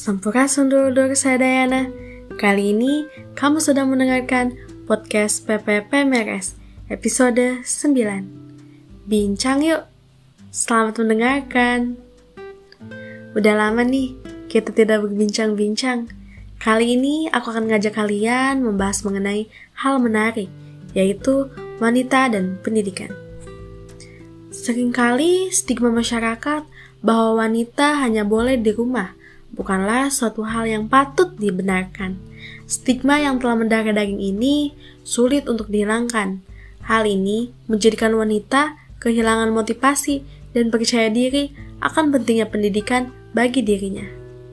Sampurasundur saya Dayana. Kali ini kamu sedang mendengarkan podcast PPP Meres episode 9. Bincang yuk. Selamat mendengarkan. Udah lama nih kita tidak berbincang-bincang. Kali ini aku akan ngajak kalian membahas mengenai hal menarik, yaitu wanita dan pendidikan. Seringkali stigma masyarakat bahwa wanita hanya boleh di rumah bukanlah suatu hal yang patut dibenarkan. Stigma yang telah mendarah daging ini sulit untuk dihilangkan. Hal ini menjadikan wanita kehilangan motivasi dan percaya diri akan pentingnya pendidikan bagi dirinya.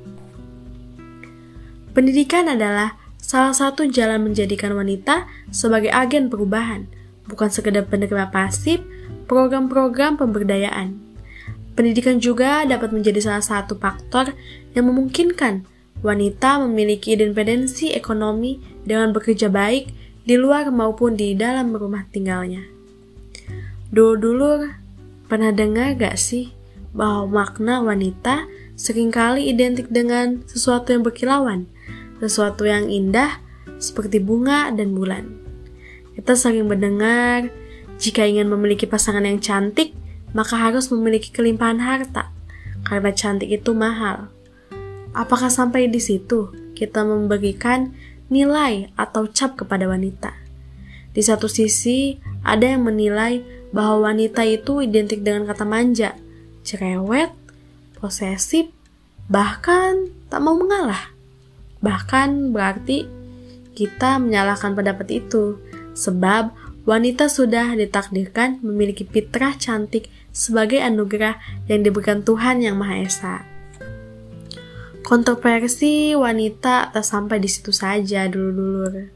Pendidikan adalah salah satu jalan menjadikan wanita sebagai agen perubahan, bukan sekedar penerima pasif program-program pemberdayaan. Pendidikan juga dapat menjadi salah satu faktor yang memungkinkan wanita memiliki independensi ekonomi dengan bekerja baik di luar maupun di dalam rumah tinggalnya. Dulu-dulu pernah dengar gak sih bahwa makna wanita seringkali identik dengan sesuatu yang berkilauan, sesuatu yang indah seperti bunga dan bulan. Kita sering mendengar jika ingin memiliki pasangan yang cantik, maka harus memiliki kelimpahan harta, karena cantik itu mahal. Apakah sampai di situ kita memberikan nilai atau cap kepada wanita? Di satu sisi, ada yang menilai bahwa wanita itu identik dengan kata manja, cerewet, posesif, bahkan tak mau mengalah. Bahkan berarti kita menyalahkan pendapat itu, sebab wanita sudah ditakdirkan memiliki fitrah cantik sebagai anugerah yang diberikan Tuhan Yang Maha Esa. Kontroversi wanita tak sampai di situ saja dulu-dulu.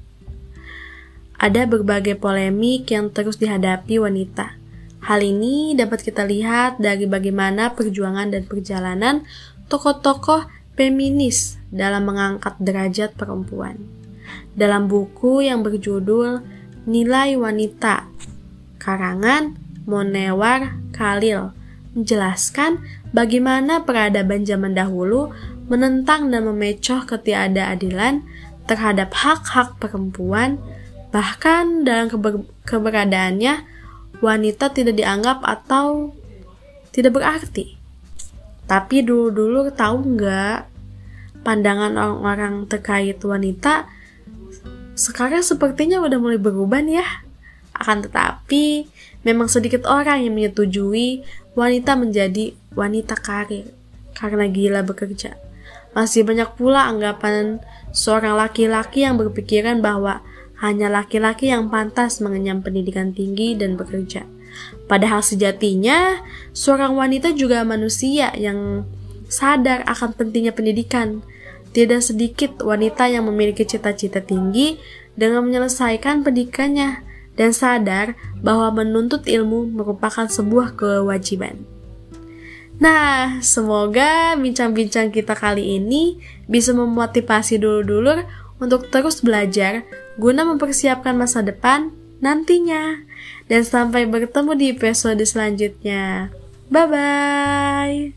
Ada berbagai polemik yang terus dihadapi wanita. Hal ini dapat kita lihat dari bagaimana perjuangan dan perjalanan tokoh-tokoh feminis dalam mengangkat derajat perempuan. Dalam buku yang berjudul Nilai Wanita, karangan Monewar Khalil, menjelaskan bagaimana peradaban zaman dahulu menentang dan memecoh ketiadaan terhadap hak-hak perempuan. Bahkan dalam keberadaannya, wanita tidak dianggap atau tidak berarti. Tapi dulu-dulu tahu nggak, pandangan orang-orang terkait wanita sekarang sepertinya udah mulai berubah nih ya. Akan tetapi, memang sedikit orang yang menyetujui wanita menjadi wanita karir karena gila bekerja. Masih banyak pula anggapan seorang laki-laki yang berpikiran bahwa hanya laki-laki yang pantas mengenyam pendidikan tinggi dan bekerja. Padahal sejatinya, seorang wanita juga manusia yang sadar akan pentingnya pendidikan. Tidak sedikit wanita yang memiliki cita-cita tinggi dengan menyelesaikan pendidikannya dan sadar bahwa menuntut ilmu merupakan sebuah kewajiban. Nah, semoga bincang-bincang kita kali ini bisa memotivasi dulur-dulur untuk terus belajar guna mempersiapkan masa depan nantinya. Dan sampai bertemu di episode selanjutnya. Bye-bye!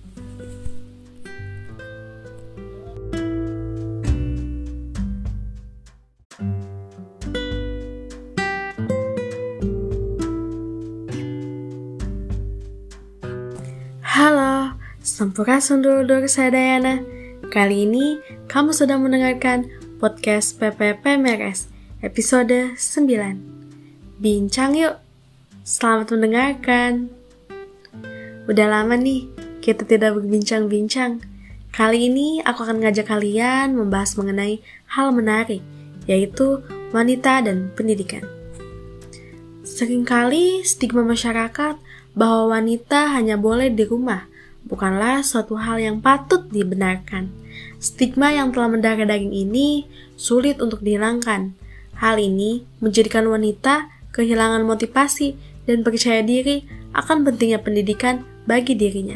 Halo, sampurasundur saya Dayana. Kali ini kamu sedang mendengarkan podcast PPP Meres episode 9. Bincang yuk. Selamat mendengarkan. Udah lama nih kita tidak berbincang-bincang. Kali ini aku akan ngajak kalian membahas mengenai hal menarik, yaitu wanita dan pendidikan. Seringkali stigma masyarakat bahwa wanita hanya boleh di rumah bukanlah suatu hal yang patut dibenarkan. Stigma yang telah mendarah daging ini sulit untuk dihilangkan. Hal ini menjadikan wanita kehilangan motivasi dan percaya diri akan pentingnya pendidikan bagi dirinya.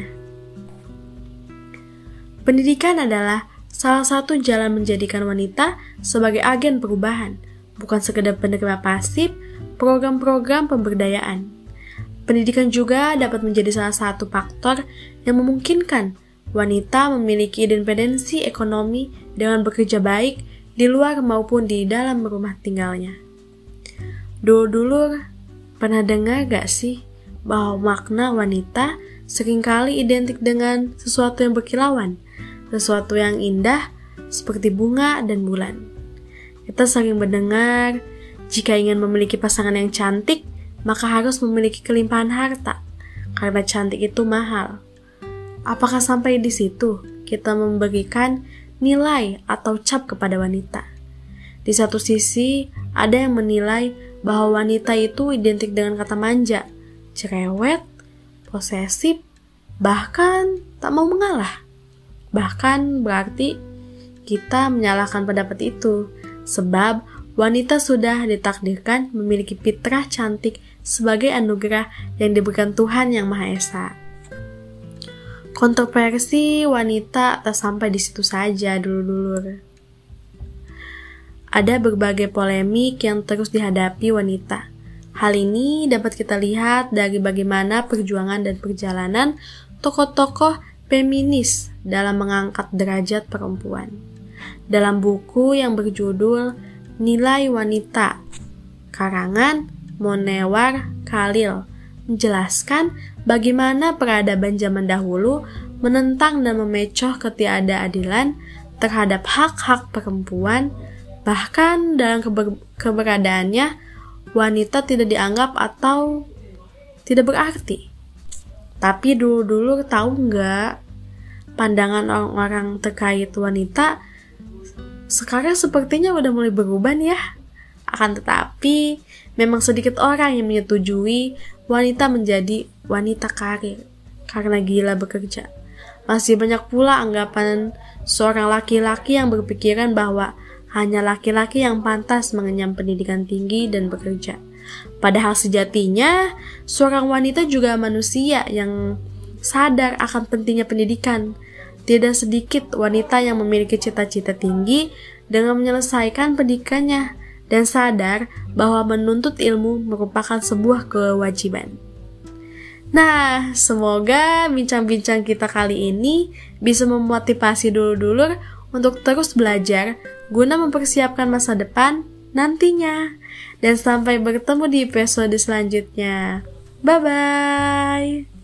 Pendidikan adalah salah satu jalan menjadikan wanita sebagai agen perubahan, bukan sekedar penerima pasif program-program pemberdayaan. Pendidikan juga dapat menjadi salah satu faktor yang memungkinkan wanita memiliki independensi ekonomi dengan bekerja baik di luar maupun di dalam rumah tinggalnya. Dulu-dulu pernah dengar gak sih bahwa makna wanita seringkali identik dengan sesuatu yang berkilauan, sesuatu yang indah seperti bunga dan bulan. Kita sering mendengar, jika ingin memiliki pasangan yang cantik, maka harus memiliki kelimpahan harta, karena cantik itu mahal. Apakah sampai di situ kita memberikan nilai atau cap kepada wanita? Di satu sisi, ada yang menilai bahwa wanita itu identik dengan kata manja, cerewet, posesif, bahkan tak mau mengalah. Bahkan berarti kita menyalahkan pendapat itu, sebab wanita sudah ditakdirkan memiliki fitrah cantik sebagai anugerah yang diberikan Tuhan Yang Maha Esa. Kontroversi wanita tak sampai di situ saja dulu-dulu. Ada berbagai polemik yang terus dihadapi wanita. Hal ini dapat kita lihat dari bagaimana perjuangan dan perjalanan tokoh-tokoh feminis dalam mengangkat derajat perempuan. Dalam buku yang berjudul Nilai Wanita, karangan Monewar Khalil, menjelaskan bagaimana peradaban zaman dahulu menentang dan memecoh ketiadaan terhadap hak-hak perempuan. Bahkan dalam keberadaannya, wanita tidak dianggap atau tidak berarti. Tapi dulu-dulu tahu nggak, pandangan orang-orang terkait wanita sekarang sepertinya udah mulai berubah nih ya. Akan tetapi, memang sedikit orang yang menyetujui wanita menjadi wanita karir karena gila bekerja. Masih banyak pula anggapan seorang laki-laki yang berpikiran bahwa hanya laki-laki yang pantas mengenyam pendidikan tinggi dan bekerja. Padahal sejatinya, seorang wanita juga manusia yang sadar akan pentingnya pendidikan. Tidak sedikit wanita yang memiliki cita-cita tinggi dengan menyelesaikan pendidikannya dan sadar bahwa menuntut ilmu merupakan sebuah kewajiban. Nah, semoga bincang-bincang kita kali ini bisa memotivasi dulur-dulur untuk terus belajar guna mempersiapkan masa depan nantinya. Dan sampai bertemu di episode selanjutnya. Bye-bye!